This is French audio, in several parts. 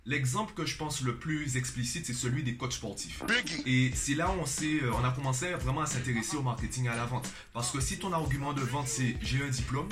L'exemple que je pense le plus explicite, c'est celui des coachs sportifs. Et c'est là où on a commencé vraiment à s'intéresser au marketing et à la vente. Parce que si ton argument de vente c'est j'ai un diplôme,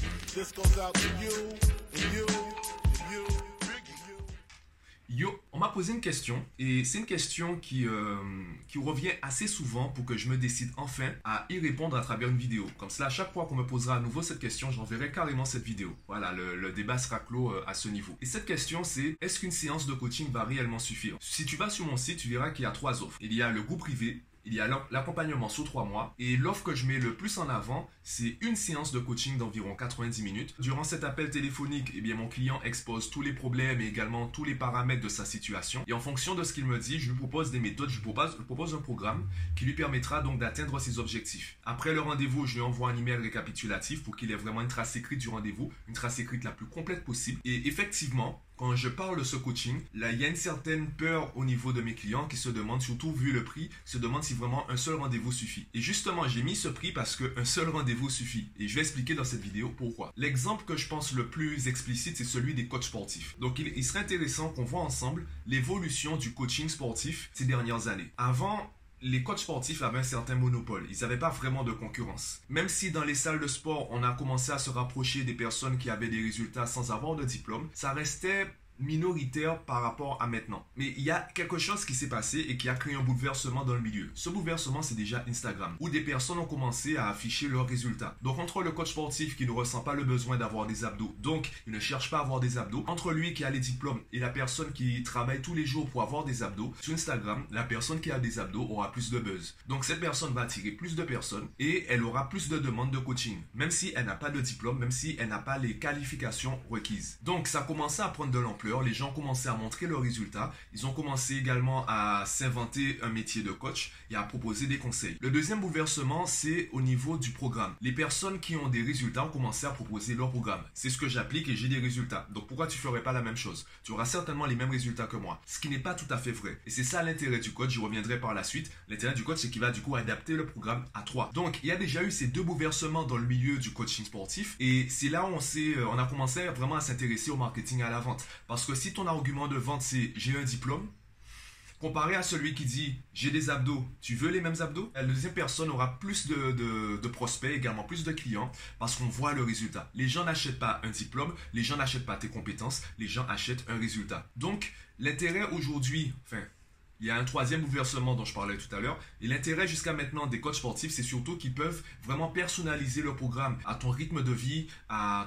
on m'a posé une question et c'est une question qui revient assez souvent pour que je me décide enfin à y répondre à travers une vidéo. Comme cela, à chaque fois qu'on me posera à nouveau cette question, j'enverrai carrément cette vidéo. Voilà, le débat sera clos à ce niveau. Et cette question c'est, est-ce qu'une séance de coaching va réellement suffire? Si tu vas sur mon site, tu verras qu'il y a 3 offres. Il y a le groupe privé, il y a l'accompagnement sur 3 mois et l'offre que je mets le plus en avant, c'est une séance de coaching d'environ 90 minutes. Durant cet appel téléphonique, mon client expose tous les problèmes et également tous les paramètres de sa situation. Et en fonction de ce qu'il me dit, je lui propose des méthodes, je lui propose un programme qui lui permettra donc d'atteindre ses objectifs. Après le rendez-vous, je lui envoie un email récapitulatif pour qu'il ait vraiment une trace écrite du rendez-vous, une trace écrite la plus complète possible. Et effectivement, quand je parle de ce coaching, là, il y a une certaine peur au niveau de mes clients qui se demandent, surtout vu le prix, se demandent si vraiment un seul rendez-vous suffit. Et justement, j'ai mis ce prix parce qu'un seul rendez-vous suffit. Et je vais expliquer dans cette vidéo pourquoi. L'exemple que je pense le plus explicite, c'est celui des coachs sportifs. Donc, il serait intéressant qu'on voit ensemble l'évolution du coaching sportif ces dernières années. Avant, les coachs sportifs avaient un certain monopole. Ils n'avaient pas vraiment de concurrence. Même si dans les salles de sport, on a commencé à se rapprocher des personnes qui avaient des résultats sans avoir de diplôme, ça restait minoritaire par rapport à maintenant. Mais il y a quelque chose qui s'est passé et qui a créé un bouleversement dans le milieu. Ce bouleversement, c'est déjà Instagram, où des personnes ont commencé à afficher leurs résultats. Donc, entre le coach sportif qui ne ressent pas le besoin d'avoir des abdos, donc il ne cherche pas à avoir des abdos, entre lui qui a les diplômes et la personne qui travaille tous les jours pour avoir des abdos, sur Instagram, la personne qui a des abdos aura plus de buzz. Donc, cette personne va attirer plus de personnes et elle aura plus de demandes de coaching, même si elle n'a pas de diplôme, même si elle n'a pas les qualifications requises. Donc, ça a commencé à prendre de l'ampleur. Les gens commençaient à montrer leurs résultats. Ils ont commencé également à s'inventer un métier de coach et à proposer des conseils. Le deuxième bouleversement, c'est au niveau du programme. Les personnes qui ont des résultats ont commencé à proposer leur programme. C'est ce que j'applique et j'ai des résultats. Donc pourquoi tu ferais pas la même chose? Tu auras certainement les mêmes résultats que moi. Ce qui n'est pas tout à fait vrai. Et c'est ça l'intérêt du coach. J'y reviendrai par la suite. L'intérêt du coach, c'est qu'il va du coup adapter le programme à toi. Donc il y a déjà eu ces deux bouleversements dans le milieu du coaching sportif. Et c'est là où on a commencé vraiment à s'intéresser au marketing et à la vente. Parce que si ton argument de vente c'est j'ai un diplôme, comparé à celui qui dit j'ai des abdos, tu veux les mêmes abdos? La deuxième personne aura plus de prospects, également plus de clients, parce qu'on voit le résultat. Les gens n'achètent pas un diplôme, les gens n'achètent pas tes compétences, les gens achètent un résultat. Donc l'intérêt aujourd'hui, il y a un troisième bouleversement dont je parlais tout à l'heure. Et l'intérêt jusqu'à maintenant des coachs sportifs, c'est surtout qu'ils peuvent vraiment personnaliser le programme à ton rythme de vie, à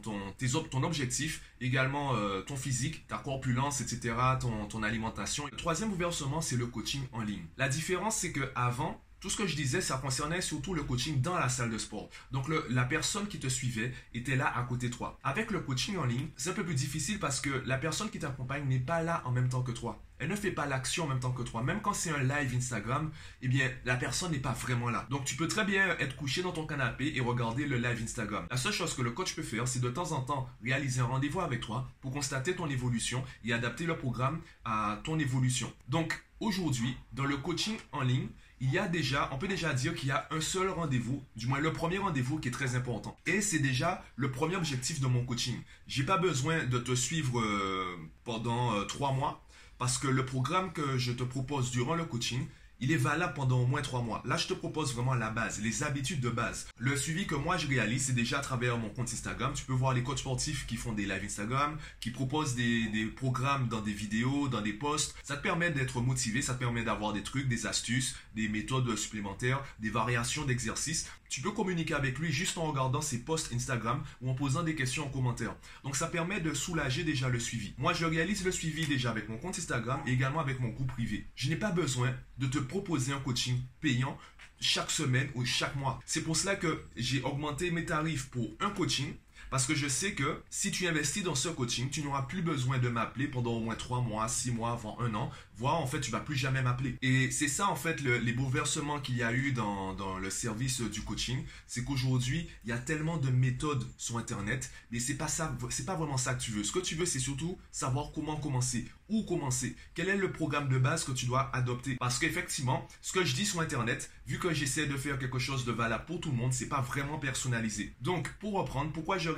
ton objectif, également ton physique, ta corpulence, etc., ton alimentation. Le troisième bouleversement, c'est le coaching en ligne. La différence, c'est qu'avant, tout ce que je disais, ça concernait surtout le coaching dans la salle de sport. Donc, la personne qui te suivait était là à côté de toi. Avec le coaching en ligne, c'est un peu plus difficile parce que la personne qui t'accompagne n'est pas là en même temps que toi. Elle ne fait pas l'action en même temps que toi. Même quand c'est un live Instagram, la personne n'est pas vraiment là. Donc, tu peux très bien être couché dans ton canapé et regarder le live Instagram. La seule chose que le coach peut faire, c'est de temps en temps réaliser un rendez-vous avec toi pour constater ton évolution et adapter le programme à ton évolution. Donc, aujourd'hui, dans le coaching en ligne, on peut déjà dire qu'il y a un seul rendez-vous, du moins le premier rendez-vous qui est très important. Et c'est déjà le premier objectif de mon coaching. J'ai pas besoin de te suivre pendant 3 mois parce que le programme que je te propose durant le coaching, il est valable pendant au moins 3 mois. Là, je te propose vraiment la base, les habitudes de base. Le suivi que moi, je réalise, c'est déjà à travers mon compte Instagram. Tu peux voir les coachs sportifs qui font des lives Instagram, qui proposent des programmes dans des vidéos, dans des posts. Ça te permet d'être motivé, ça te permet d'avoir des trucs, des astuces, des méthodes supplémentaires, des variations d'exercices. Tu peux communiquer avec lui juste en regardant ses posts Instagram ou en posant des questions en commentaire. Donc, ça permet de soulager déjà le suivi. Moi, je réalise le suivi déjà avec mon compte Instagram et également avec mon groupe privé. Je n'ai pas besoin de te proposer un coaching payant chaque semaine ou chaque mois. C'est pour cela que j'ai augmenté mes tarifs pour un coaching. Parce que je sais que si tu investis dans ce coaching, tu n'auras plus besoin de m'appeler pendant au moins 3 mois, 6 mois, voire 1 an. Voire en fait, tu vas plus jamais m'appeler. Et c'est ça en fait les bouleversements qu'il y a eu dans le service du coaching. C'est qu'aujourd'hui, il y a tellement de méthodes sur Internet. Mais c'est pas vraiment ça que tu veux. Ce que tu veux, c'est surtout savoir comment commencer. Où commencer. Quel est le programme de base que tu dois adopter. Parce qu'effectivement, ce que je dis sur Internet, vu que j'essaie de faire quelque chose de valable pour tout le monde, c'est pas vraiment personnalisé. Donc, pour reprendre, pourquoi je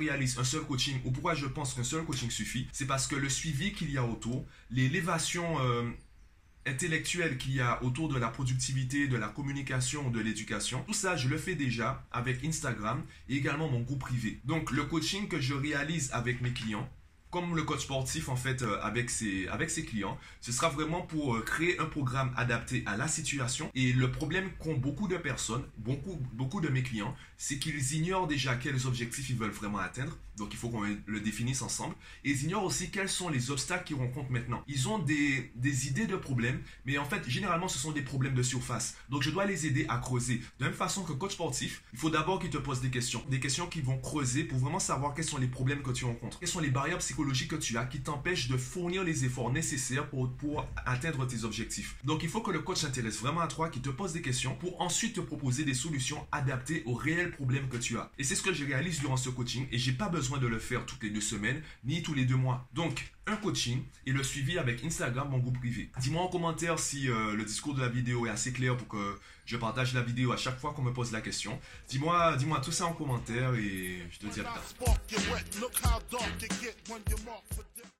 réalise un seul coaching ou pourquoi je pense qu'un seul coaching suffit, c'est parce que le suivi qu'il y a autour, l'élévation intellectuelle qu'il y a autour de la productivité, de la communication, de l'éducation, tout ça, je le fais déjà avec Instagram et également mon groupe privé. Donc, le coaching que je réalise avec mes clients, comme le coach sportif en fait avec ses clients, ce sera vraiment pour créer un programme adapté à la situation. Et le problème qu'ont beaucoup de personnes, beaucoup de mes clients, c'est qu'ils ignorent déjà quels objectifs ils veulent vraiment atteindre. Donc il faut qu'on le définisse ensemble. Et ils ignorent aussi quels sont les obstacles qu'ils rencontrent maintenant. Ils ont des idées de problèmes, mais en fait généralement ce sont des problèmes de surface. Donc je dois les aider à creuser. De même façon que coach sportif, il faut d'abord qu'ils te posent des questions qui vont creuser pour vraiment savoir quels sont les problèmes que tu rencontres. Quelles sont les barrières psychologiques que tu as qui t'empêchent de fournir les efforts nécessaires pour atteindre tes objectifs. Donc il faut que le coach s'intéresse vraiment à toi, qu'il te pose des questions pour ensuite te proposer des solutions adaptées aux réels problèmes que tu as. Et c'est ce que je réalise durant ce coaching et j'ai pas besoin de le faire toutes les 2 semaines ni tous les 2 mois. Donc un coaching et le suivi avec Instagram, mon groupe privé. Dis-moi en commentaire si le discours de la vidéo est assez clair pour que je partage la vidéo à chaque fois qu'on me pose la question. Dis-moi tout ça en commentaire et je te dis à plus tard.